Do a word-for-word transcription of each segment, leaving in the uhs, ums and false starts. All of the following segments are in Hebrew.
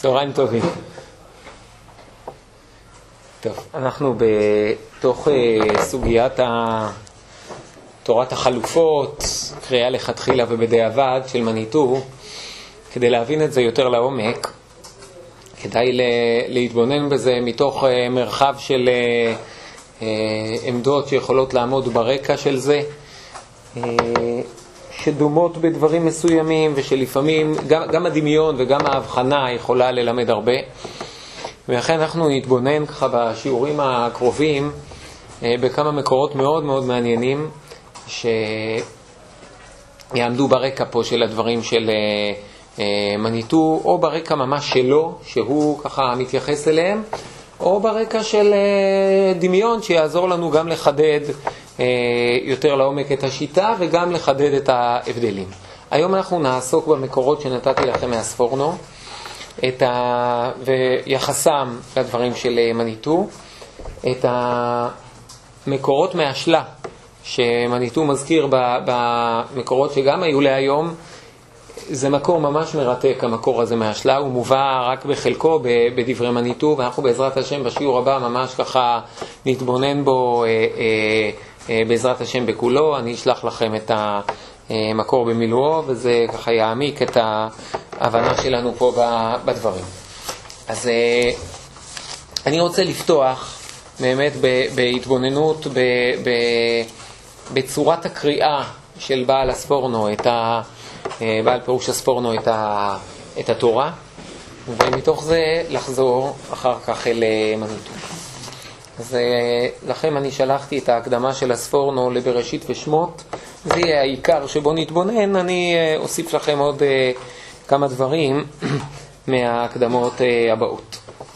צהריים טובים. טוב, אנחנו בתוך uh, סוגיית ה... תורת החלופות, קריאה לכתחילה ובדיעבד של מניטו. כדי להבין את זה יותר לעומק, כדאי להתבונן בזה מתוך uh, מרחב של uh, uh, עמדות שיכולות לעמוד ברקע של זה, uh, שדומות בדברים מסוימים, ושלפעמים גם, גם הדמיון וגם ההבחנה יכולה ללמד הרבה. ולכן אנחנו נתבונן ככה בשיעורים הקרובים בכמה מקורות מאוד מאוד מעניינים שיעמדו ברקע פה של הדברים של מניטו, או ברקע ממש שלו, שהוא ככה מתייחס אליהם, או ברקע של דמיון שיעזור לנו גם לחדד יותר לעומק את השיטה וגם לחדד את ההבדלים. היום אנחנו נעסוק במקורות שנתתי לכם מהספורנו, את ה... ויחסם לדברים של מניטו, את המקורות מהשלה שמניטו מזכיר במקורות שגם היו להיום. זה מקור ממש מרתק, המקור הזה מהשלה, הוא מובא רק בחלקו בדברי מניטו, ואנחנו בעזרת השם בשיעור הבא ממש ככה נתבונן בו אה, אה, בעזרת השם בכולו. אני אשלח לכם את המקור במילואו, וזה ככה יעמיק את ההבנה שלנו פה בדברים. אז אני רוצה לפתוח באמת בהתבוננות בצורת הקריאה של בעל הספורנו, את ה, בעל פירוש הספורנו את, ה, את התורה, ומתוך זה לחזור אחר כך אל מניטו. אז לכם אני שלחתי את ההקדמה של הספורנו לבראשית ושמות, זה יהיה העיקר שבו נתבונן. אני אוסיף לכם עוד כמה דברים מההקדמות הבאות.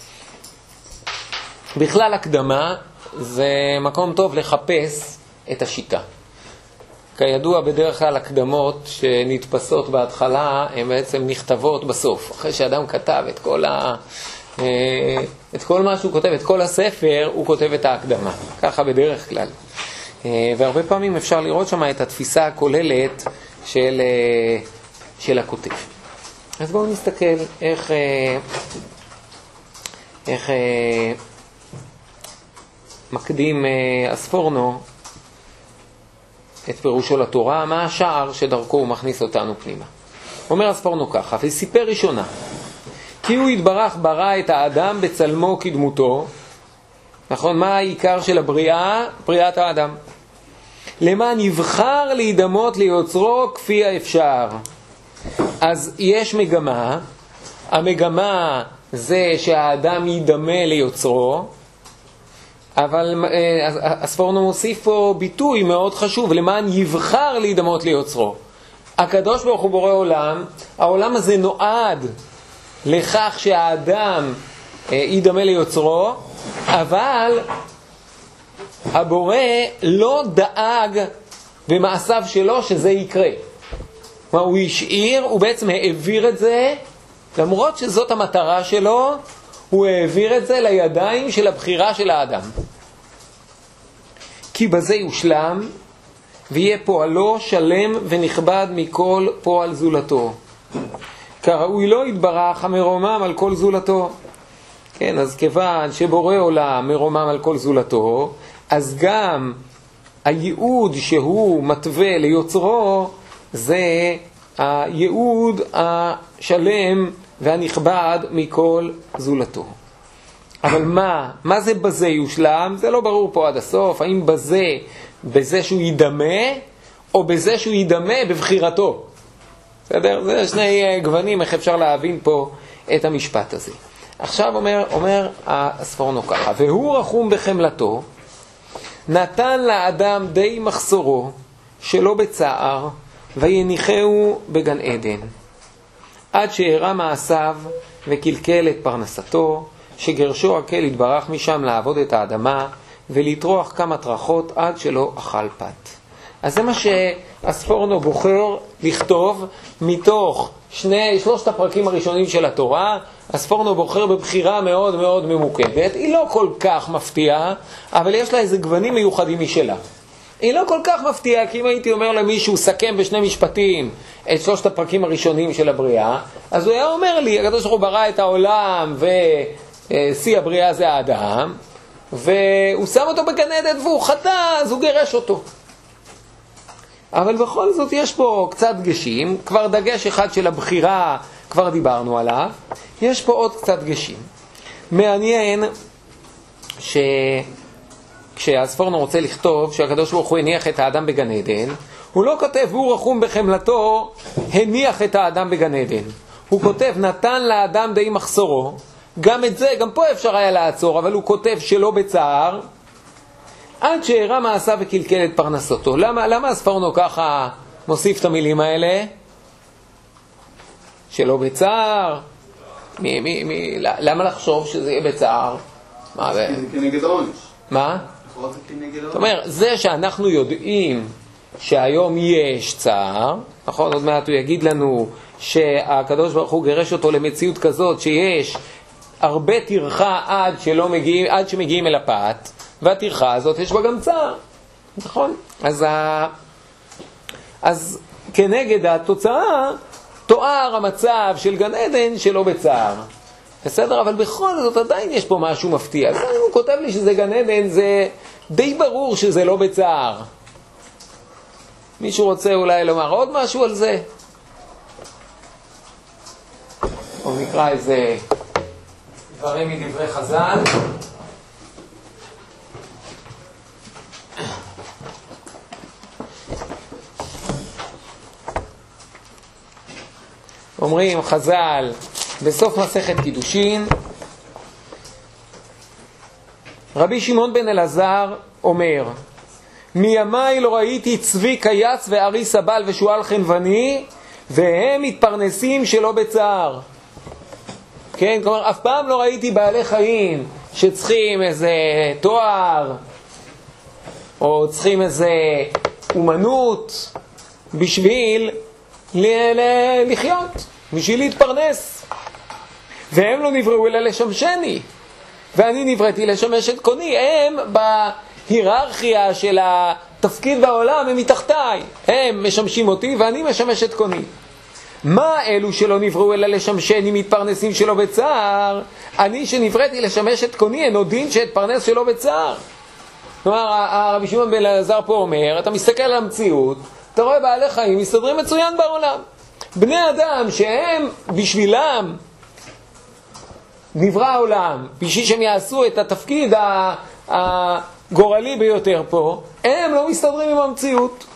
בכלל הקדמה זה מקום טוב לחפש את השיטה. כידוע בדרך כלל הקדמות שנתפסות בהתחלה הן בעצם נכתבות בסוף. אחרי שאדם כתב את כל ה... את כל מה שהוא כותב, את כל הספר, הוא כותב את ההקדמה. ככה בדרך כלל. והרבה פעמים אפשר לראות שם את התפיסה הכוללת של, של הכותב. אז בואו נסתכל איך, איך מקדים הספורנו את פירושו לתורה, מה השער שדרכו הוא מכניס אותנו פנימה. אומר הספורנו ככה: וסיפר ראשונה, כי הוא יתברך ברא את האדם בצלמו כדמותו. נכון, מה העיקר של הבריאה? בריאת האדם. למה נבחר להידמות ליוצרו כפי האפשר. אז יש מגמה, המגמה זה שהאדם יידמה ליוצרו, אבל הספורנו מוסיף פה ביטוי מאוד חשוב, למען יבחר להידמות ליוצרו. הקדוש ברוך הוא בורא עולם, העולם הזה נועד לכך שהאדם יידמה ליוצרו, אבל הבורא לא דאג במעשיו שלו שזה יקרה. מה הוא השאיר, הוא בעצם העביר את זה, למרות שזאת המטרה שלו, הוא העביר את זה לידיים של הבחירה של האדם. כי בזה יושלם, ויהיה פועלו שלם ונכבד מכל פועל זולתו. כראוי לא יתברך המרומם על כל זולתו. כן, אז כיוון שבורא עולם מרומם על כל זולתו, אז גם הייעוד שהוא מתווה ליוצרו, זה הייעוד השלם והנכבד מכל זולתו. אבל מה, מה זה בזה יושלם? זה לא ברור פה עד הסוף. האם בזה, בזה שהוא ידמה, או בזה שהוא ידמה בבחירתו? בסדר? זה שני גוונים, איך אפשר להבין פה את המשפט הזה. עכשיו אומר, אומר הספורנו ככה: והוא רחום בחמלתו, נתן לאדם די מחסורו, שלא בצער, ויניחהו בגן עדן. עד שהראה מעשיו וקלקל את פרנסתו, שגרשו הקל התברך משם לעבוד את האדמה, ולטרוח כמה טרחות עד שלא אכל פת. אז זה מה שהספורנו בוחר לכתוב מתוך שני, שלושת הפרקים הראשונים של התורה. הספורנו בוחר בבחירה מאוד מאוד ממוקדת, היא לא כל כך מפתיעה, אבל יש לה איזה גוונים מיוחדים משלה. היא לא כל כך מפתיעה, כי אם הייתי אומר למישהו, סכם בשני משפטים את שלושת הפרקים הראשונים של הבריאה, אז הוא היה אומר לי, הקדוש ברוך הוא ברא את העולם ושיא הבריאה זה האדם, והוא שם אותו בגן עדן והוא חטא, אז הוא גירש אותו. אבל בכל זאת יש פה קצת דגשים, כבר דגש אחד של הבחירה, כבר דיברנו עליו, יש פה עוד קצת דגשים. מעניין שכשהספורנו רוצה לכתוב שהקדוש ברוך הוא הניח את האדם בגן עדן, הוא לא כותב הוא רחום בחמלתו הניח את האדם בגן עדן, הוא כותב נתן לאדם די מחסורו. גם את זה, גם פה אפשר היה לעצור, אבל הוא כותב שלא בצער, עד שהראה מעשה וקלקל את פרנסתו. למה, למה הספרנו ככה מוסיף את המילים האלה? שלא בצער? מי, מי, מי, למה לחשוב שזה יהיה בצער? מה? זה כנגד העונש. מה? זאת אומרת, זה שאנחנו יודעים שהיום יש צער, נכון? עוד מעט הוא יגיד לנו שהקדוש ברוך הוא גירש אותו למציאות כזאת שיש הרבה תרחה עד שלא מגיעים, עד שמגיעים אל הפת, והתרחה הזאת יש בה גם צער, נכון? אז, ה... אז כנגד התוצאה תואר המצב של גן עדן שלא בצער. בסדר? אבל בכל זאת עדיין יש פה משהו מפתיע. אז הוא כותב לי שזה גן עדן, זה די ברור שזה לא בצער. מישהו רוצה אולי לומר עוד משהו על זה? או נקרא איזה דברים מדברי חז"ל. אומרים חז"ל בסוף מסכת קידושין, רבי שמעון בן אלעזר אומר, מימיי לא ראיתי צבי קייץ וארי סבל ושועל חנווני והם מתפרנסים שלא בצער. כן, כלומר אף פעם לא ראיתי בעלי חיים שצריכים איזה תואר או צריכים איזה אומנות בשביל ל- ל- לחיות, בשביל להתפרנס. והם לא נבראו אלא לשמשני, ואני נבראתי לשמש את קוני. הם בהיררכיה של התפקיד בעולם הם מתחתיי, הם משמשים אותי ואני משמש את קוני. מה אלו שלא נבראו אלא לשמשני מתפרנסים שלא בצער? אני שנבראתי לשמש את קוני, אין עוד דין שאתפרנס שלא בצער. כלומר, הרבי שמעון בן אלעזר פה אומר, אתה מסתכל על המציאות, אתה רואה בעלי חיים מסתדרים מצוין בעולם. בני אדם שהם בשבילם נברא העולם, בשביל שהם יעשו את התפקיד הגורלי ביותר פה, הם לא מסתדרים עם המציאות.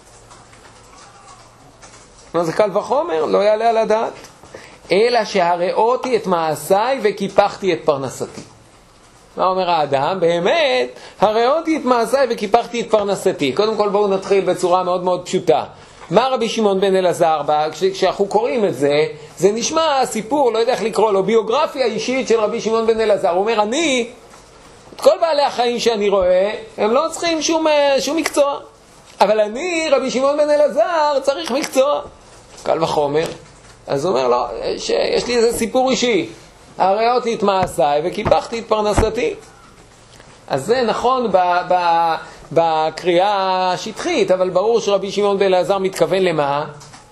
זה קל וחומר, לא יעלה על הדעת. אלא שהראיתי את מעשיי וקיפחתי את פרנסתי. מה אומר האדם? באמת, הראיתי את מעשיי וקיפחתי את פרנסתי. קודם כל בואו נתחיל בצורה מאוד מאוד פשוטה. מה רבי שמעון בן אלעזר, כשאנחנו קוראים את זה, זה נשמע סיפור, לא יודע איך לקרוא לו, ביוגרפיה אישית של רבי שמעון בן אלעזר. הוא אומר, אני, את כל בעלי החיים שאני רואה, הם לא צריכים שום, שום מקצוע. אבל אני, רבי שמעון בן אלעזר, צריך מקצוע. קל וחומר. אז הוא אומר, לא, יש, יש לי איזה סיפור אישי. הראיתי את מעשיי וקיפחתי את פרנסתי. אז זה נכון ב, ב, בקריאה השטחית, אבל ברור שרבי שמעון בן אלעזר מתכוון למה?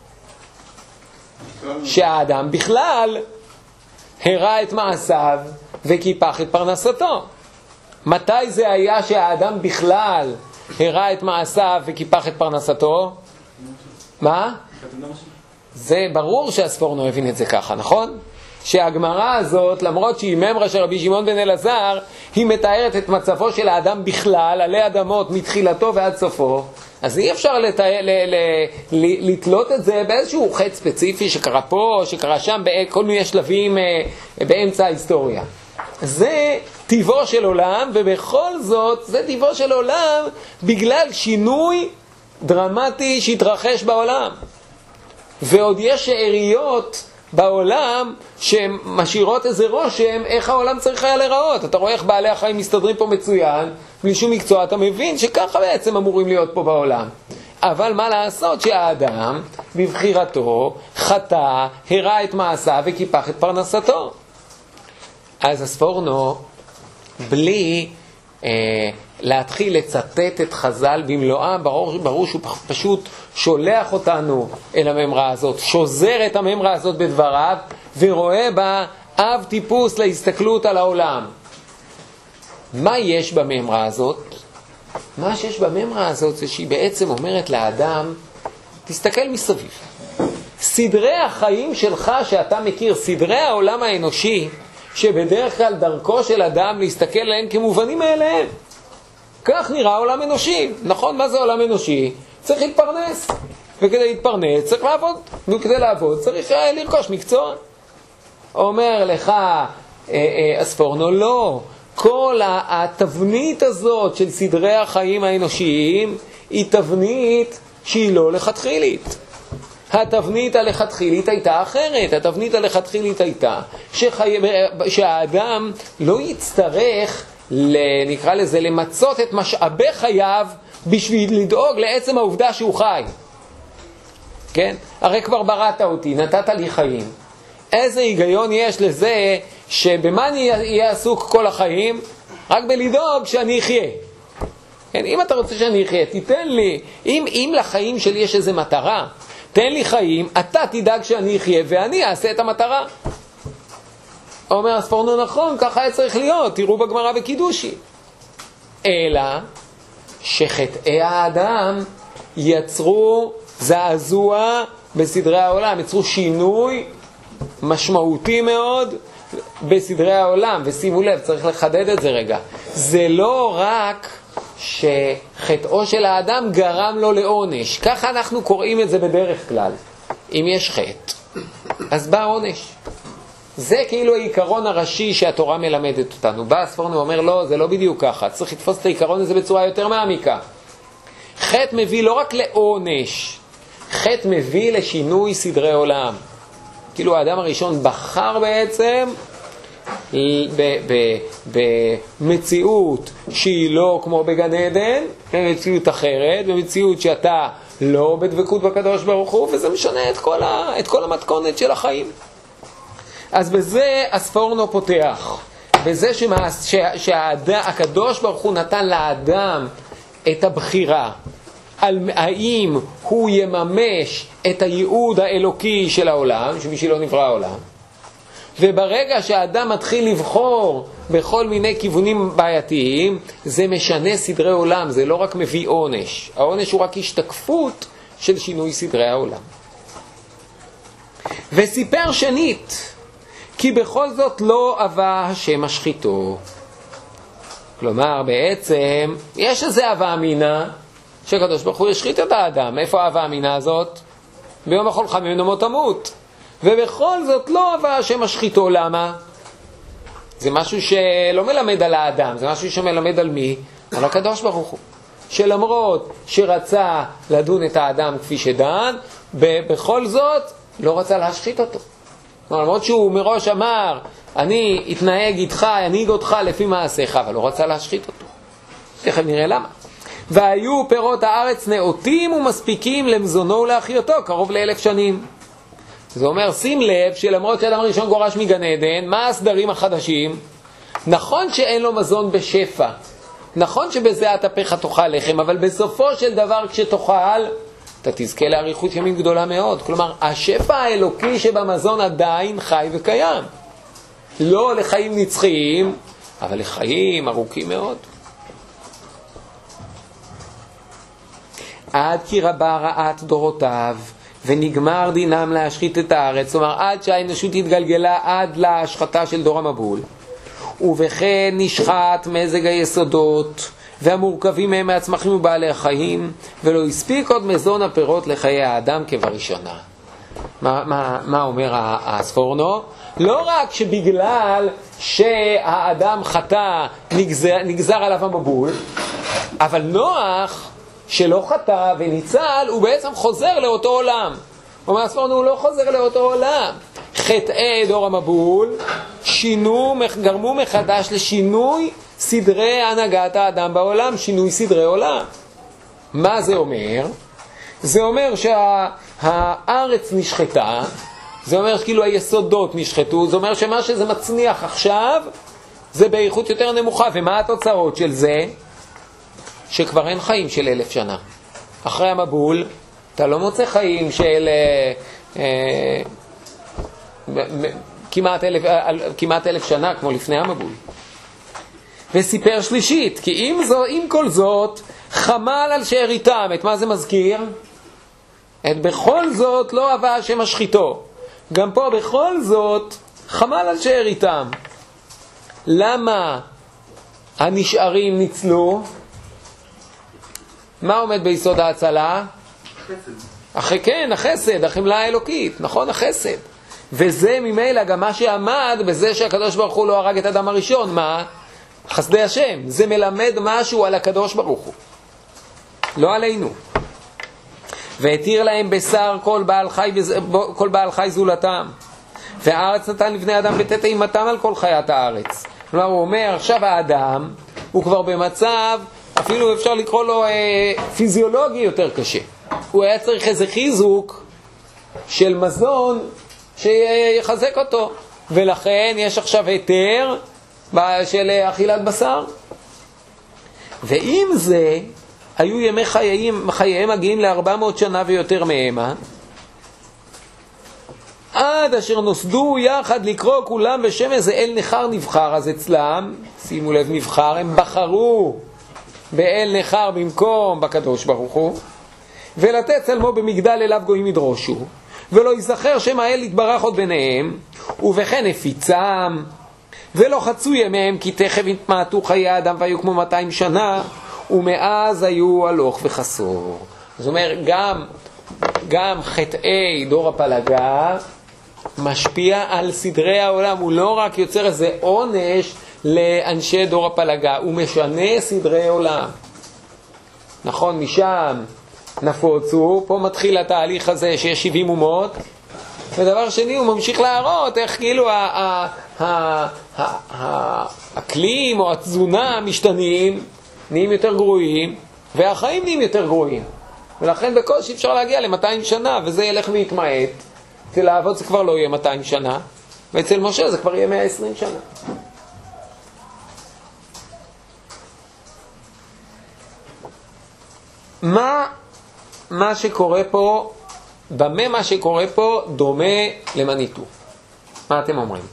שהאדם בכלל הראה את מעשיו וקיפח את פרנסתו. מתי זה היה שהאדם בכלל הראה את מעשיו וקיפח את פרנסתו? מה? זה ברור שהספורנו הבין את זה ככה, נכון? שהגמרא הזאת, למרות שהיא ממרה של רבי שמעון בן אלעזר, היא מתארת את מצבו של האדם בכלל, עלי אדמות, מתחילתו ועד סופו. אז אי אפשר לתאר, ל, ל, ל, לתלות את זה באיזשהו חץ ספציפי שקרה פה, שקרה שם, בכל מיני שלבים באמצע ההיסטוריה. זה טבעו של עולם, ובכל זאת זה טבעו של עולם בגלל שינוי דרמטי שהתרחש בעולם. ועוד יש שאריות בעולם שמשאירות איזה רושם איך העולם צריך היה לראות. אתה רואה איך בעלי החיים מסתדרים פה מצוין בלי שום מקצוע, אתה מבין שככה בעצם אמורים להיות פה בעולם. אבל מה לעשות שהאדם בבחירתו חטא, הראה את מעשיו וקיפח את פרנסתו. אז הספורנו בלי אה, להתחיל לצטט את חז"ל במלואם, ברור, ברור שהוא פשוט שולח אותנו אל הממרה הזאת, שוזר את הממרה הזאת בדבריו, ורואה בה אב טיפוס להסתכלות על העולם. מה יש בממרה הזאת? מה שיש בממרה הזאת זה שהיא בעצם אומרת לאדם, תסתכל מסביב. סדרי החיים שלך שאתה מכיר, סדרי העולם האנושי, שבדרך כלל דרכו של אדם להסתכל עליהם כמובנים מאליהם. כך נראה עולם אנושי. נכון, מה זה עולם אנושי? צריך להתפרנס. וכדי להתפרנס צריך לעבוד. וכדי לעבוד צריך לרכוש מקצוע. אומר לך הספורנו, לא. כל התבנית הזאת של סדרי החיים האנושיים היא תבנית שהיא לא לכתחילית. התבנית הלכתחילית הייתה אחרת. התבנית הלכתחילית הייתה שחי... שהאדם לא יצטרך, נקרא לזה, למצות את משאבי חייו בשביל לדאוג לעצם העובדה שהוא חי. כן? הרי כבר בראת אותי, נתת לי חיים. איזה היגיון יש לזה שבמה אני אהיה עסוק כל החיים? רק בלדאוג שאני אחיה. כן? אם אתה רוצה שאני אחיה, תיתן לי. אם, אם לחיים שלי יש איזו מטרה, תן לי חיים, אתה תדאג שאני אחיה ואני אעשה את המטרה. אומר הספורנו, נכון, ככה היה צריך להיות, תראו בגמרא בקידושי. אלא שחטאי האדם יצרו זעזוע בסדרי העולם, יצרו שינוי משמעותי מאוד בסדרי העולם. ושימו לב, צריך לחדד את זה רגע. זה לא רק שחטאו של האדם גרם לו לעונש. ככה אנחנו קוראים את זה בדרך כלל. אם יש חטא, אז בא עונש. זה כאילו העיקרון הראשי שהתורה מלמדת אותנו. בא הספורנו ואומר, לא, זה לא בדיוק ככה. צריך לתפוס את העיקרון הזה בצורה יותר מעמיקה. חטא מביא לא רק לעונש, חטא מביא לשינוי סדרי עולם. כאילו האדם הראשון בחר בעצם במציאות שהיא לא כמו בגן עדן, במציאות אחרת, במציאות שאתה לא בדבקות בקדוש ברוך הוא, וזה משנה את כל, ה, את כל המתכונת של החיים. אז בזה הספורנו פותח, בזה שהקדוש ברוך הוא נתן לאדם את הבחירה, על האם הוא יממש את הייעוד האלוקי של העולם, שבשבילו נברא העולם. וברגע שהאדם מתחיל לבחור בכל מיני כיוונים בעייתיים, זה משנה סדרי עולם, זה לא רק מביא עונש. העונש הוא רק השתקפות של שינוי סדרי העולם. וסיפר שנית, כי בכל זאת לא אהבה השם השחיתו. כלומר, בעצם, יש איזה אהבה אמינה, שקדוש ברוך הוא ישחית את האדם. איפה האהבה האמינה הזאת? ביום החולך ממנו תמות. ובכל זאת לא אהבה השם השחיתו. למה? זה משהו שלא מלמד על האדם, זה משהו שמלמד על מי? על הקדוש ברוך הוא. שלמרות שרצה לדון את האדם כפי שדן, בכל זאת לא רצה להשחית אותו. למרות שהוא מראש אמר, אני אתנהג איתך, אנהיג אותך לפי מעשיך, אבל לא רצה להשחית אותו. תכף נראה למה. והיו פירות הארץ נאותים ומספיקים למזונו ולאחיותו, קרוב לאלף שנים. זה אומר, שים לב שלמרות שאדם הראשון גורש מגן עדן, מה הסדרים החדשים? נכון שאין לו מזון בשפע, נכון שבזה אתה פך תאכל לחם, אבל בסופו של דבר כשתאכל, אתה תזכה לאריכות ימים גדולה מאוד. כלומר, השפע האלוקי שבמזון עדיין חי וקיים. לא לחיים נצחיים, אבל לחיים ארוכים מאוד. עד כי רבה רעת דורותיו, ונגמר דינם להשחית את הארץ. זאת אומרת, עד שהאנושות התגלגלה עד להשחתה של דור המבול. ובכן נשחט מזג היסודות, והמורכבים מהם מהצמחים ובעלי החיים, ולא הספיק עוד מזון הפירות לחיי האדם כבראשונה. מה, מה, מה אומר הספורנו? לא רק שבגלל שהאדם חטא נגזר, נגזר עליו המבול, אבל נוח שלא חטא וניצל, הוא בעצם חוזר לאותו עולם. אומר הספורנו, הוא לא חוזר לאותו עולם. חטאי דור המבול שינו, גרמו מחדש לשינוי סדרי הנהגת האדם בעולם, שינוי סדרי עולם. מה זה אומר? זה אומר שהארץ נשחטה, זה אומר כאילו היסודות נשחטו, זה אומר שמה שזה מצניח עכשיו זה באיכות יותר נמוכה. ומה התוצאות של זה? שכבר אין חיים של אלף שנה. אחרי המבול, אתה לא מוצא חיים של אה, אה, כמעט, אלף, כמעט אלף שנה, כמו לפני המבול. וסיפר שלישית, כי אם, זו, אם כל זאת, חמל על שאריתם. את מה זה מזכיר? את בכל זאת לא אהבה השם השחיתו. גם פה בכל זאת, חמל על שאריתם. למה הנשארים ניצלו? מה עומד ביסוד ההצלה? חסד. אחרי כן, החסד, החמלה האלוקית, נכון? החסד. וזה ממילא גם מה שעמד בזה שהקדוש ברוך הוא לא הרג את אדם הראשון. מה? חסדי השם. זה מלמד משהו על הקדוש ברוך הוא, לא עלינו. והתיר להם בשר כל בעל חי, כל בעל חי זולתם. והארץ נתן לבני אדם ותת אימתם על כל חיית הארץ. כלומר, הוא אומר, עכשיו האדם הוא כבר במצב, אפילו אפשר לקרוא לו אה, פיזיולוגי יותר קשה. הוא היה צריך איזה חיזוק של מזון שיחזק אותו. ולכן יש עכשיו היתר של אכילת בשר. ואם זה, היו ימי חיים, חייהם מגיעים ל-ארבע מאות שנה ויותר מהם, עד אשר נוסדו יחד לקרוא כולם בשם איזה אל נחר נבחר. אז אצלם, שימו לב, נבחר, הם בחרו באל נחר במקום בקדוש ברוך הוא, ולתת צלמו במגדל אליו גויים ידרושו, ולא יזכר שם האל יתברך עוד ביניהם, ובכן הפיצם, ולא חצו ימיהם, כי תכף התמעטו חיי האדם והיו כמו מאתיים שנה, ומאז היו הלוך וחסור. זאת אומרת, גם, גם חטאי דור הפלגה משפיע על סדרי העולם. הוא לא רק יוצר איזה עונש לאנשי דור הפלגה, הוא משנה סדרי עולם. נכון, משם נפוצו, פה מתחיל התהליך הזה שיש שבעים אומות, ודבר שני, הוא ממשיך להראות איך כאילו האקלים או התזונה משתנים, נהיים יותר גרועים, והחיים נהיים יותר גרועים. ולכן בקושי אפשר להגיע ל-מאתיים שנה, וזה ילך ויתמעט. אצל האבות זה כבר לא יהיה מאתיים שנה, ואצל משה זה כבר יהיה מאה ועשרים שנה. מה, מה שקורה פה, במה מה שקורה פה דומה למניטו? מה אתם אומרים?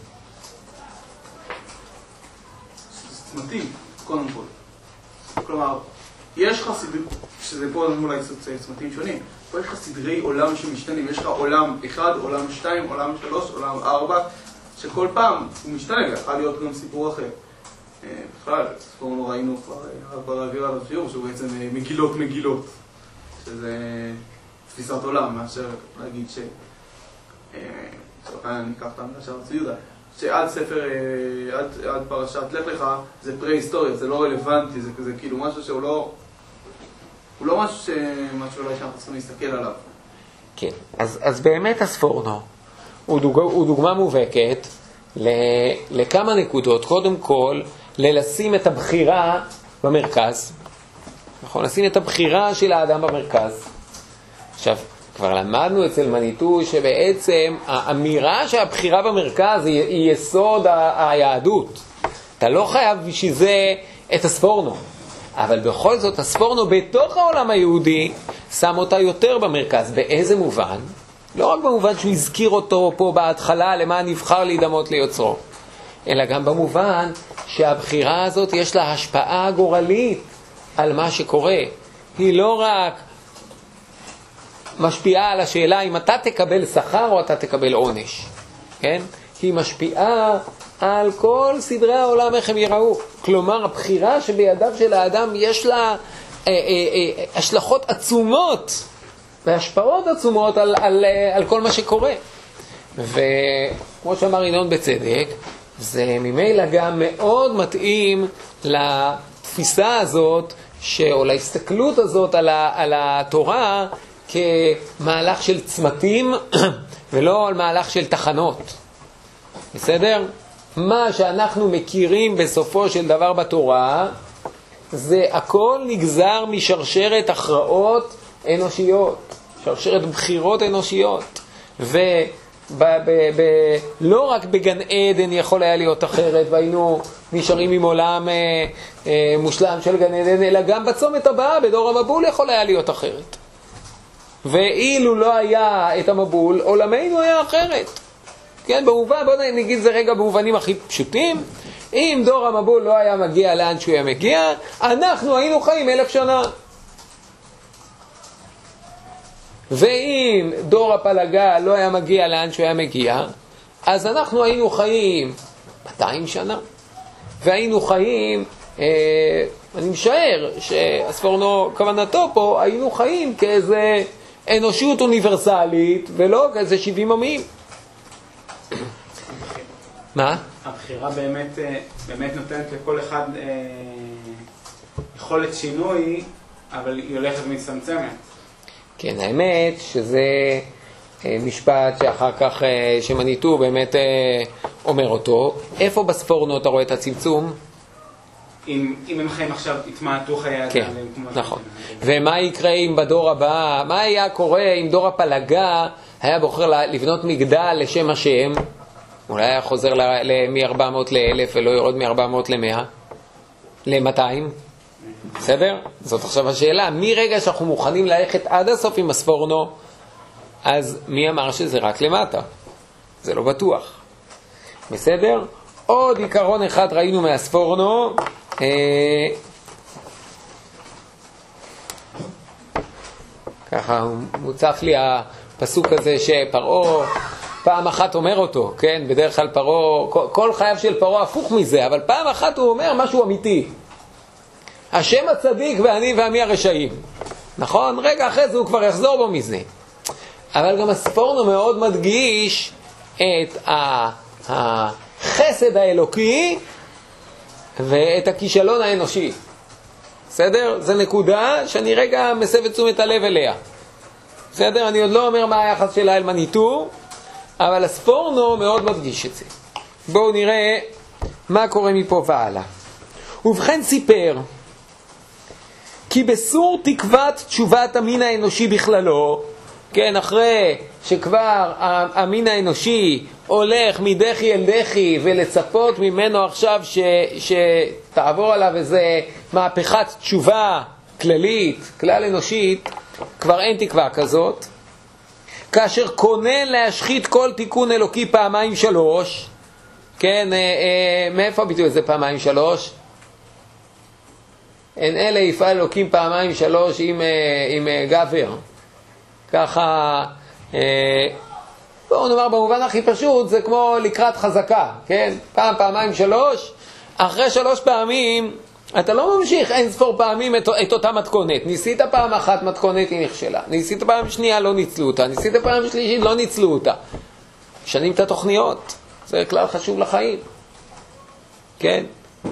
צמתים, קודם כל. כלומר, יש לך סדרי, שזה פה אולי צמתים שונים, פה יש לך סדרי עולם שמשתנים, יש לך עולם אחד, עולם שתיים, עולם שלוש, עולם ארבע, שכל פעם הוא משתנה, יכול להיות גם סיפור אחר. בכלל, ספור לא ראינו כבר להעביר על השיעור, שהוא בעצם מגילות מגילות, שזה תפיסת עולם, מאשר להגיד ש... אני אקח את המילה של הרצי יהודה, שעד ספר, עד, עד פרשת לך לך, זה פרה-היסטוריה, זה לא רלוונטי, זה כזה כאילו משהו שהוא לא, הוא לא משהו ש... משהו אולי שאנחנו צריכים להסתכל עליו. כן, אז, אז באמת הספורנו הוא, דוג... הוא דוגמה מובהקת ל... לכמה נקודות. קודם כל, ללשים את הבחירה במרכז. נכון, לשים את הבחירה של האדם במרכז. עכשיו, כבר למדנו אצל מניטו שבעצם האמירה שהבחירה במרכז היא, היא יסוד ה... היהדות. אתה לא חייב בשביל זה את הספורנו. אבל בכל זאת, הספורנו בתוך העולם היהודי שם אותה יותר במרכז. באיזה מובן? לא רק במובן שהוא הזכיר אותו פה בהתחלה למה נבחר להידמות ליוצרו, אלא גם במובן שהבחירה הזאת יש לה השפעה גורלית על מה שקורה. היא לא רק משפיעה על השאלה אם אתה תקבל שכר או אתה תקבל עונש, כן? היא משפיעה על כל סדרי העולם איך הם יראו. כלומר, הבחירה שבידיו של האדם יש לה אה, אה, אה, השלכות עצומות והשפעות עצומות על, על, על כל מה שקורה. וכמו שאמר ינון בצדק, זה ממילא גם מאוד מתאים לתפיסה הזאת, או להסתכלות הזאת על, ה, על התורה כמהלך של צמתים ולא על מהלך של תחנות. בסדר? מה שאנחנו מכירים בסופו של דבר בתורה, זה הכל נגזר משרשרת הכרעות אנושיות, שרשרת בחירות אנושיות. ב, ב, ב, לא רק בגן עדן יכול היה להיות אחרת, והיינו נשארים עם עולם אה, אה, מושלם של גן עדן, אלא גם בצומת הבאה, בדור המבול יכול היה להיות אחרת. ואילו לא היה את המבול, עולמנו היה אחרת. כן, במובן, בואו נגיד זה רגע במובנים הכי פשוטים, אם דור המבול לא היה מגיע לאן שהוא היה מגיע, אנחנו היינו חיים אלף שנה. ואם דור הפלגה לא היה מגיע לאן שהוא היה מגיע, אז אנחנו היינו חיים מאתיים שנה. והיינו חיים, אה, אני משער שהספורנו כוונתו פה, היינו חיים כאיזה אנושיות אוניברסלית, ולא כאיזה שבעים עמים. מה? הבחירה באמת, באמת נותנת לכל אחד אה, יכולת שינוי, אבל היא הולכת ומצטמצמת. כן, האמת שזה אה, משפט שאחר כך אה, שמניטו באמת אה, אומר אותו. איפה בספורנו אתה רואה את הצמצום? אם, אם הם חיים עכשיו, התמעטו חיי אדם. כן, נכון. ומה יקרה אם בדור הבא, מה היה קורה אם דור הפלגה היה בוחר לבנות מגדל לשם השם? אולי היה חוזר מ-ארבע מאות ל-אלף ולא יורד מ-ארבע מאות ל-מאה? ל-מאתיים? בסדר? זאת עכשיו השאלה. מרגע שאנחנו מוכנים ללכת עד הסוף עם הספורנו, אז מי אמר שזה רק למטה? זה לא בטוח. בסדר? עוד עיקרון אחד ראינו מהספורנו. אה... ככה מוצף לי הפסוק הזה שפרעה פעם אחת אומר אותו, כן? בדרך כלל פרעה, כל, כל חייו של פרעה הפוך מזה, אבל פעם אחת הוא אומר משהו אמיתי. השם הצדיק ואני ועמי הרשעים. נכון? רגע אחרי זה הוא כבר יחזור בו מזה. אבל גם הספורנו מאוד מדגיש את החסד האלוקי ואת הכישלון האנושי. בסדר? זה נקודה שאני רגע מסב את תשומת הלב אליה. בסדר? אני עוד לא אומר מה היחס שלה אל מניטו, אבל הספורנו מאוד מדגיש את זה. בואו נראה מה קורה מפה והלאה. ובכן סיפר, כי בסור תקוות תשובת המין האנושי בכללו, כן, אחרי שכבר המין האנושי הולך מדחי אל דחי, ולצפות ממנו עכשיו ש, שתעבור עליו איזה מהפכת תשובה כללית, כלל אנושית, כבר אין תקווה כזאת. כאשר כונן להשחית כל תיקון אלוקי פעמיים שלוש, כן, אה, אה, מאיפה הביטוי הזה פעמיים שלוש? אין אלה יפעל אלוקים פעמיים שלוש עם, אה, עם אה, גבר. ככה, אה, בואו נאמר במובן הכי פשוט, זה כמו לקראת חזקה, כן? פעם, פעמיים שלוש, אחרי שלוש פעמים, אתה לא ממשיך אין ספור פעמים את, את אותה מתכונת. ניסית פעם אחת, מתכונת היא נכשלה. ניסית פעם שנייה, לא ניצלו אותה. ניסית פעם שלישית, לא ניצלו אותה. משנים את התוכניות. זה כלל חשוב לחיים. כן?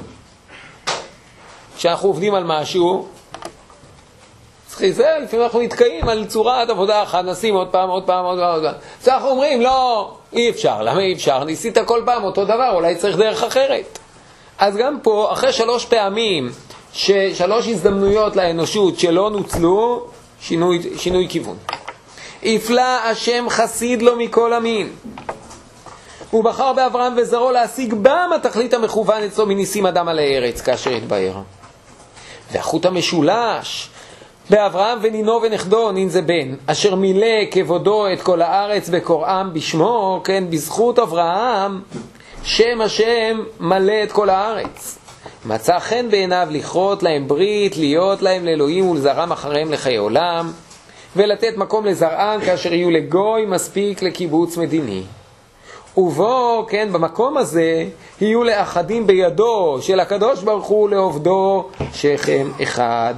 כשאנחנו עובדים על משהו, צריכים זה, לפעמים אנחנו נתקעים על צורת עבודה אחת, נשים עוד פעם, עוד פעם, עוד פעם, עוד פעם. אז אנחנו אומרים, לא, אי אפשר. למה אי אפשר? ניסית כל פעם אותו דבר, אולי צריך דרך אחרת. אז גם פה, אחרי שלוש פעמים, שלוש הזדמנויות לאנושות שלא נוצלו, שינוי, שינוי כיוון. יפלא השם חסיד לו מכל המין. הוא בחר באברהם וזרעו להשיג בם התכלית המכוון אצלו מניסים אדם על הארץ, כאשר יתבהר. והחוט המשולש, באברהם ונינו ונכדו, נין זה בן, אשר מילא כבודו את כל הארץ בקוראם בשמו, כן, בזכות אברהם, שם השם מלא את כל הארץ. מצא חן בעיניו לכרות להם ברית, להיות להם לאלוהים ולזרעם אחריהם לחיי עולם, ולתת מקום לזרעם כאשר יהיו לגוי מספיק לקיבוץ מדיני. ובו, כן, במקום הזה, יהיו לאחדים בידו של הקדוש ברוך הוא לעובדו שכם אחד.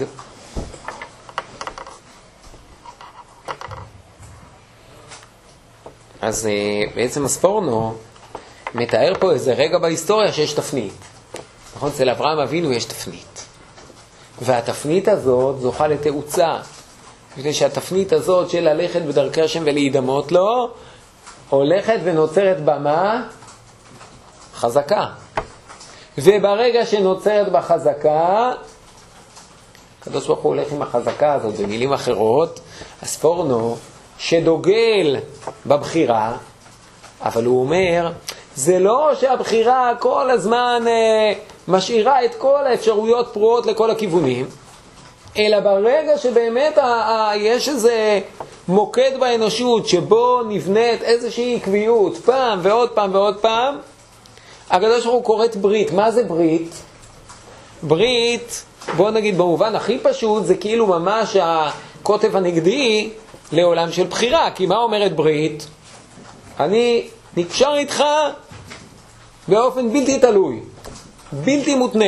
אז בעצם הספורנו מתאר פה איזה רגע בהיסטוריה שיש תפנית. נכון? אצל אברהם אבינו יש תפנית. והתפנית הזאת זוכה לתאוצה. לפני שהתפנית הזאת של ללכת בדרכי השם ולהידמות לו, הולכת ונוצרת במה? חזקה. וברגע שנוצרת בחזקה, הקדוש ברוך הוא הולך עם החזקה הזאת. במילים אחרות, הספורנו שדוגל בבחירה, אבל הוא אומר, זה לא שהבחירה כל הזמן אה, משאירה את כל האפשרויות פרועות לכל הכיוונים, אלא ברגע שבאמת ה- ה- יש איזה מוקד באנושות שבו נבנית איזושהי עקביות פעם ועוד פעם ועוד פעם, הקדוש ברוך הוא קוראת ברית. מה זה ברית? ברית, בוא נגיד במובן הכי פשוט, זה כאילו ממש הכותב הנגדי לעולם של בחירה. כי מה אומרת ברית? אני נקשר איתך באופן בלתי תלוי, בלתי מותנה.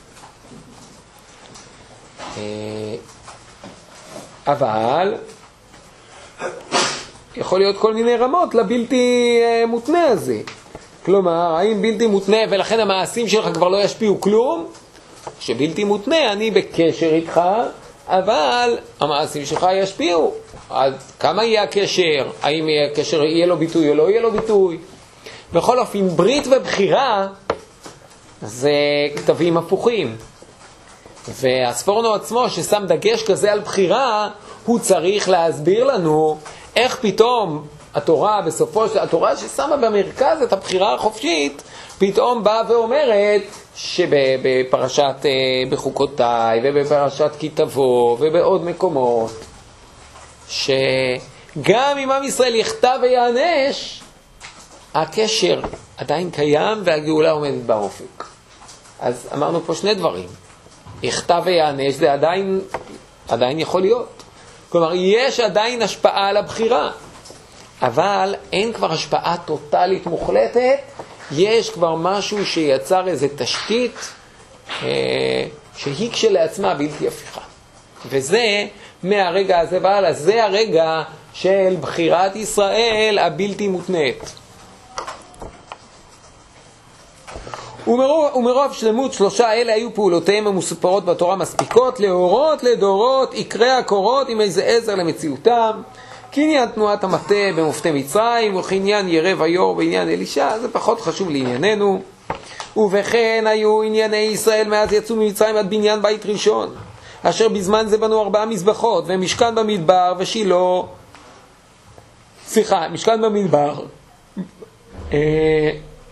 אבל יכול להיות כל מיני רמות לבלתי מותנה הזה. כלומר, האם בלתי מותנה ולכן המעשים שלך כבר לא ישפיעו כלום? שבלתי מותנה, אני בקשר איתך, אבל המעשים שלך ישפיעו. אז כמה יהיה הקשר? האם יהיה הקשר, יהיה לו ביטוי או לא יהיה לו ביטוי? בכל אופן, ברית ובחירה זה כתבים הפוכים. והספורנו עצמו ששם דגש כזה על בחירה, הוא צריך להסביר לנו איך פתאום התורה בסופו של התורה ששמה במרכז את הבחירה החופשית, פתאום באה ואומרת שבפרשת בחוקותיי ובפרשת כי תבוא ובעוד מקומות, שגם אם עם ישראל יכתב ויענש, הקשר עדיין קיים והגאולה עומדת באופק. אז אמרנו פה שני דברים. יכתב ויענש זה עדיין, עדיין יכול להיות. כלומר, יש עדיין השפעה על הבחירה. אבל אין כבר השפעה טוטלית מוחלטת, יש כבר משהו שיצר איזו תשתית אה, שהיא כשלעצמה בלתי הפיכה. וזה מהרגע הזה והלאה, זה הרגע של בחירת ישראל הבלתי מותנית. ומרוב, ומרוב שלמות שלושה אלה היו פעולותיהם המסופרות בתורה מספיקות להורות לדורות יקרי הקורות עם איזה עזר למציאותם, כעניין תנועת המטה במופתי מצרים וכעניין ירא ויור בעניין אלישע, זה פחות חשוב לענייננו. ובכן היו ענייני ישראל מאז יצאו ממצרים עד בניין בית ראשון, אשר בזמן זה בנו ארבעה מזבחות ומשכן במדבר ושילה, סליחה, משכן במדבר אה,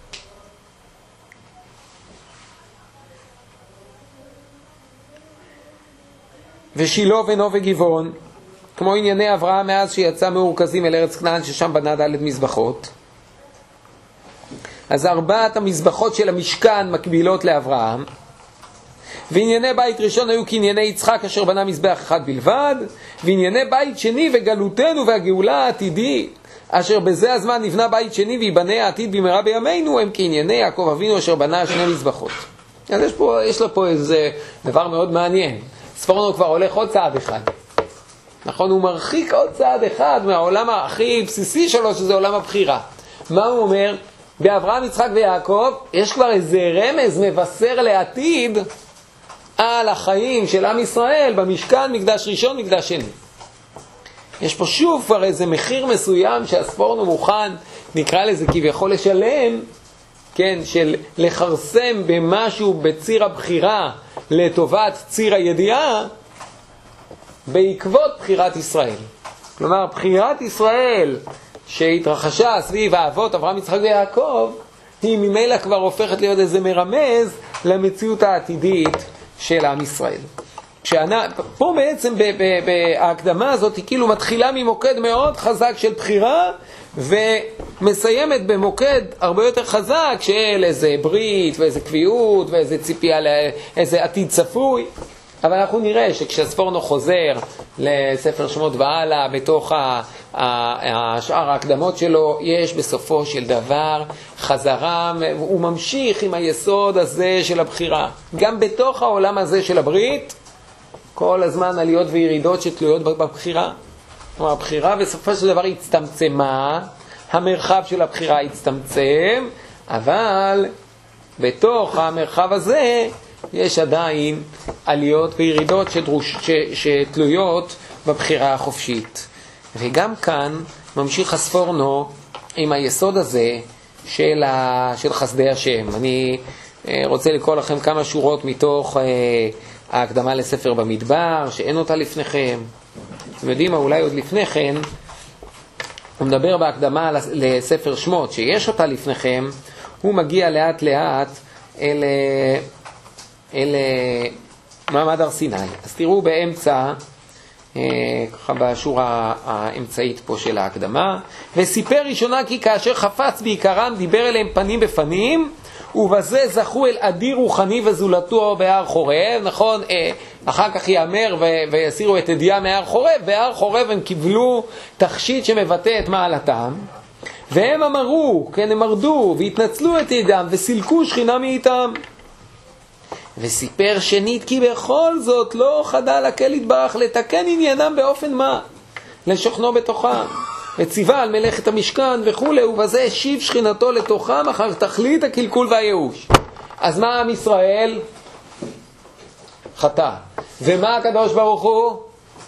ושילה ונו וגבעון, כמו ענייני אברהם מאז שיצא מאורכזים אל ארץ כנען ששם בנה ד' מזבחות. אז ארבעת המזבחות של המשכן מקבילות לאברהם. וענייני בית ראשון היו כענייני יצחק אשר בנה מזבח אחד בלבד, וענייני בית שני וגלותנו והגאולה העתידית אשר בזה הזמן נבנה בית שני ויבנה העתיד במהרה בימינו, הם כענייני יעקב אבינו אשר בנה שני מזבחות. אז יש, פה, יש לו פה איזה דבר מאוד מעניין. ספורנו כבר הולך עוד צעד אחד. נכון, הוא מרחיק עוד צעד אחד מהעולם הכי בסיסי שלו, שזה עולם הבחירה. מה הוא אומר? באברהם, יצחק ויעקב יש כבר איזה רמז מבשר לעתיד על החיים של עם ישראל במשכן, מקדש ראשון, מקדש שני. יש פה שוב כבר איזה מחיר מסוים שהספורנו מוכן, נקרא לזה כביכול לשלם, כן, של לחרסם במשהו בציר הבחירה לטובת ציר הידיעה, בעקבות בחירת ישראל. כלומר, בחירת ישראל שהתרחשה סביב האבות אברהם, יצחק ויעקב, היא ממילא כבר הופכת להיות איזה מרמז למציאות העתידית של עם ישראל. כשאנה, פה בעצם בהקדמה הזאת היא כאילו מתחילה ממוקד מאוד חזק של בחירה, ומסיימת במוקד הרבה יותר חזק של איזה ברית ואיזה קביעות ואיזה ציפייה לאיזה עתיד צפוי. אבל אנחנו נראה שכשהספורנו חוזר לספר שמות והלאה, בתוך השאר ההקדמות שלו, יש בסופו של דבר חזרה, הוא ממשיך עם היסוד הזה של הבחירה. גם בתוך העולם הזה של הברית, כל הזמן עליות וירידות שתלויות בבחירה. כלומר, הבחירה בסופו של דבר הצטמצמה, המרחב של הבחירה הצטמצם, אבל בתוך המרחב הזה יש עדיין עליות וירידות שדרוש, ש, שתלויות בבחירה החופשית. וגם כאן ממשיך הספורנו עם היסוד הזה של, ה, של חסדי השם. אני רוצה לקרוא לכם כמה שורות מתוך ההקדמה לספר במדבר, שאין אותה לפניכם. אתם יודעים מה, אולי עוד לפני כן, הוא מדבר בהקדמה לספר שמות, שיש אותה לפניכם, הוא מגיע לאט לאט אל, אל מעמד הר סיני. אז תראו באמצע, ככה בשורה האמצעית פה של ההקדמה, וסיפר ראשונה כי כאשר חפץ בעיקרם דיבר אליהם פנים בפנים, ובזה זכו אל אדיר רוחני וזולתו בהר חורב. נכון, אחר כך יאמר ויסירו את ידיעה מהר חורב, בהר חורב הם קיבלו תכשיט שמבטא את מעלתם, והם אמרו, כן, הם מרדו והתנצלו את ידם וסילקו שכינה מאיתם. וסיפר שנית כי בכל זאת לא חדל הקהל יתברך לתקן עניינם באופן מה? לשוכנו בתוכם. וציווה על מלאכת המשכן וכו', ובזה השיב שכינתו לתוכם אחר תכלית הקלקול והייאוש. אז מה עם ישראל? חטא. ומה הקדוש ברוך הוא?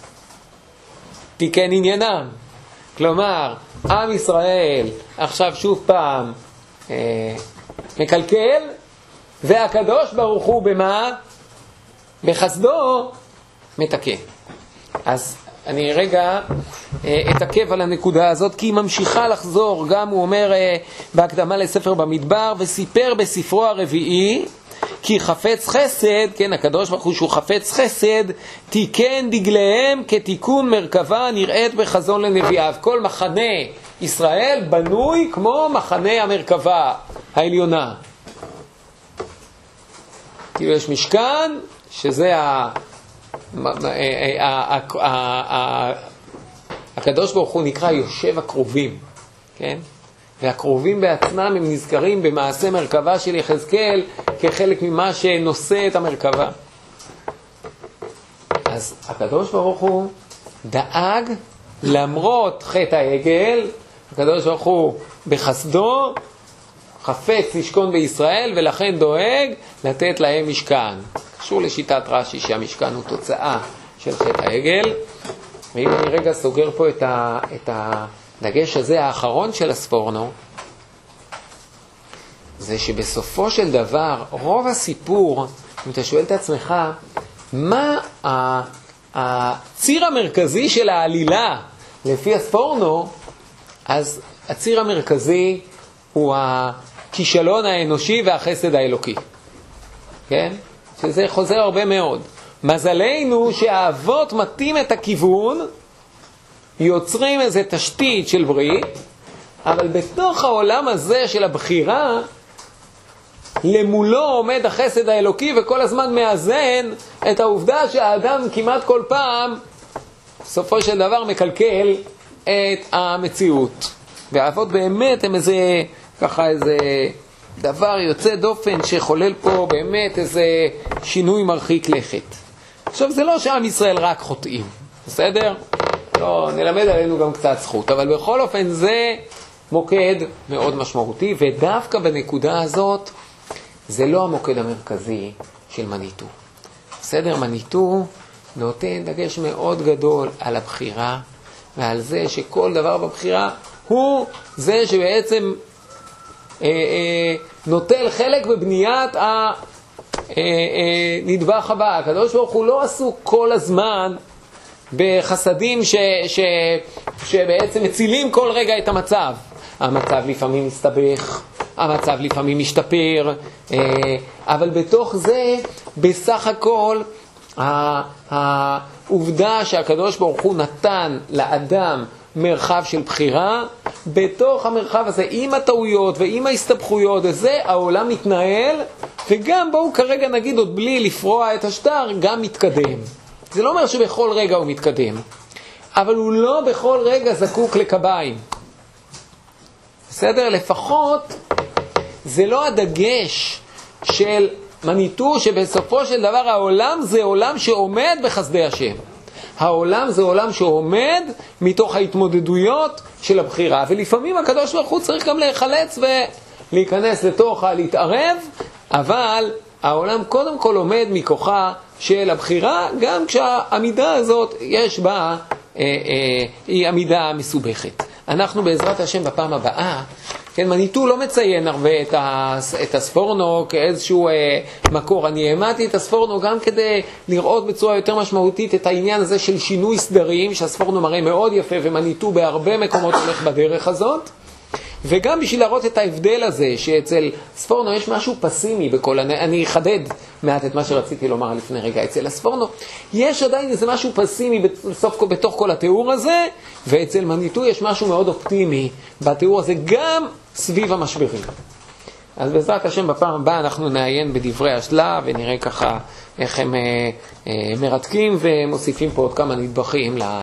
תיקן עניינם. כלומר, עם ישראל עכשיו שוב פעם אה, מקלקל, והקדוש ברוך הוא במה? בחסדו מתקן. אז אני רגע אתעכב על הנקודה הזאת, כי היא ממשיכה לחזור. גם הוא אומר בהקדמה לספר במדבר, וסיפר בספרו הרביעי כי חפץ חסד, כן, הקדוש ברוך הוא שהוא חפץ חסד, תיקן דגליהם כתיקון מרכבה נראית בחזון לנביאיו. כל מחנה ישראל בנוי כמו מחנה המרכבה העליונה. כאילו יש משכן, שזה ה... הקדוש ברוך הוא נקרא יושב הקרובים, כן? והקרובים בעצמם הם נזכרים במעשה מרכבה של יחזקאל כחלק ממה שנושא את המרכבה. אז הקדוש ברוך הוא דאג למרות חטא העגל, הקדוש ברוך הוא בחסדו חפץ לשכון בישראל, ולכן דואג לתת להם משכן. קשור לשיטת רש"י שהמשכן הוא תוצאה של חטא העגל. ואם אני רגע סוגר פה את, ה, את הדגש הזה האחרון של הספורנו, זה שבסופו של דבר רוב הסיפור, אם אתה שואל את עצמך מה הציר המרכזי של העלילה לפי הספורנו, אז הציר המרכזי הוא הכישלון האנושי והחסד האלוקי, כן? שזה חוזר הרבה מאוד. מזלנו שהאבות מתאים את הכיוון, יוצרים איזה תשתית של ברית, אבל בתוך העולם הזה של הבחירה, למולו עומד החסד האלוקי, וכל הזמן מאזן את העובדה שהאדם כמעט כל פעם, בסופו של דבר מקלקל את המציאות. והאבות באמת הם איזה, ככה איזה דבר יוצא דופן שחולל פה באמת איזה שינוי מרחיק לכת. עכשיו זה לא שעם ישראל רק חוטאים, בסדר? לא, נלמד עלינו גם קצת זכות, אבל בכל אופן זה מוקד מאוד משמעותי, ודווקא בנקודה הזאת זה לא המוקד המרכזי של מניטו. בסדר? מניטו נותן דגש מאוד גדול על הבחירה, ועל זה שכל דבר בבחירה הוא זה שבעצם אה, אה, נוטל חלק בבניית הנדבך הבא. הקדוש ברוך הוא לא עסוק כל הזמן בחסדים ש, ש, שבעצם מצילים כל רגע את המצב. המצב לפעמים מסתבך, המצב לפעמים משתפר, אבל בתוך זה בסך הכל העובדה שהקדוש ברוך הוא נתן לאדם מרחב של בחירה, בתוך המרחב הזה עם הטעויות ועם ההסתבכויות הזה העולם מתנהל, וגם בואו כרגע נגיד עוד בלי לפרוע את השטר גם מתקדם. זה לא אומר שבכל רגע הוא מתקדם, אבל הוא לא בכל רגע זקוק לקביים. בסדר? לפחות זה לא הדגש של מניטו שבסופו של דבר העולם זה עולם שעומד בחסדי השם. העולם זה עולם שעומד מתוך ההתמודדויות של הבחירה, ולפעמים הקדוש ברוך הוא צריך גם להיחלץ ולהיכנס לתוך, להתערב, אבל העולם קודם כל עומד מכוחה של הבחירה, גם כשהעמידה הזאת יש בה, אה, אה, היא עמידה מסובכת. אנחנו בעזרת השם בפעם הבאה כן, מניטו לא מציין הרבה את, ה, את הספורנו כאיזשהו אה, מקור. אני העמדתי את הספורנו גם כדי לראות בצורה יותר משמעותית את העניין הזה של שינוי סדרים, שהספורנו מראה מאוד יפה ומניטו בהרבה מקומות הולך בדרך הזאת. וגם בשביל להראות את ההבדל הזה, שאצל ספורנו יש משהו פסימי בכל, אני, אני אחדד מעט את מה שרציתי לומר לפני רגע, אצל הספורנו יש עדיין איזה משהו פסימי בסוף, בתוך כל התיאור הזה, ואצל מניטו יש משהו מאוד אופטימי בתיאור הזה, גם סביב המשברים. אז בעזרת השם בפעם הבאה אנחנו נעיין בדברי השלה, ונראה ככה איך הם אה, אה, מרתקים ומוסיפים פה עוד כמה נדבכים ל...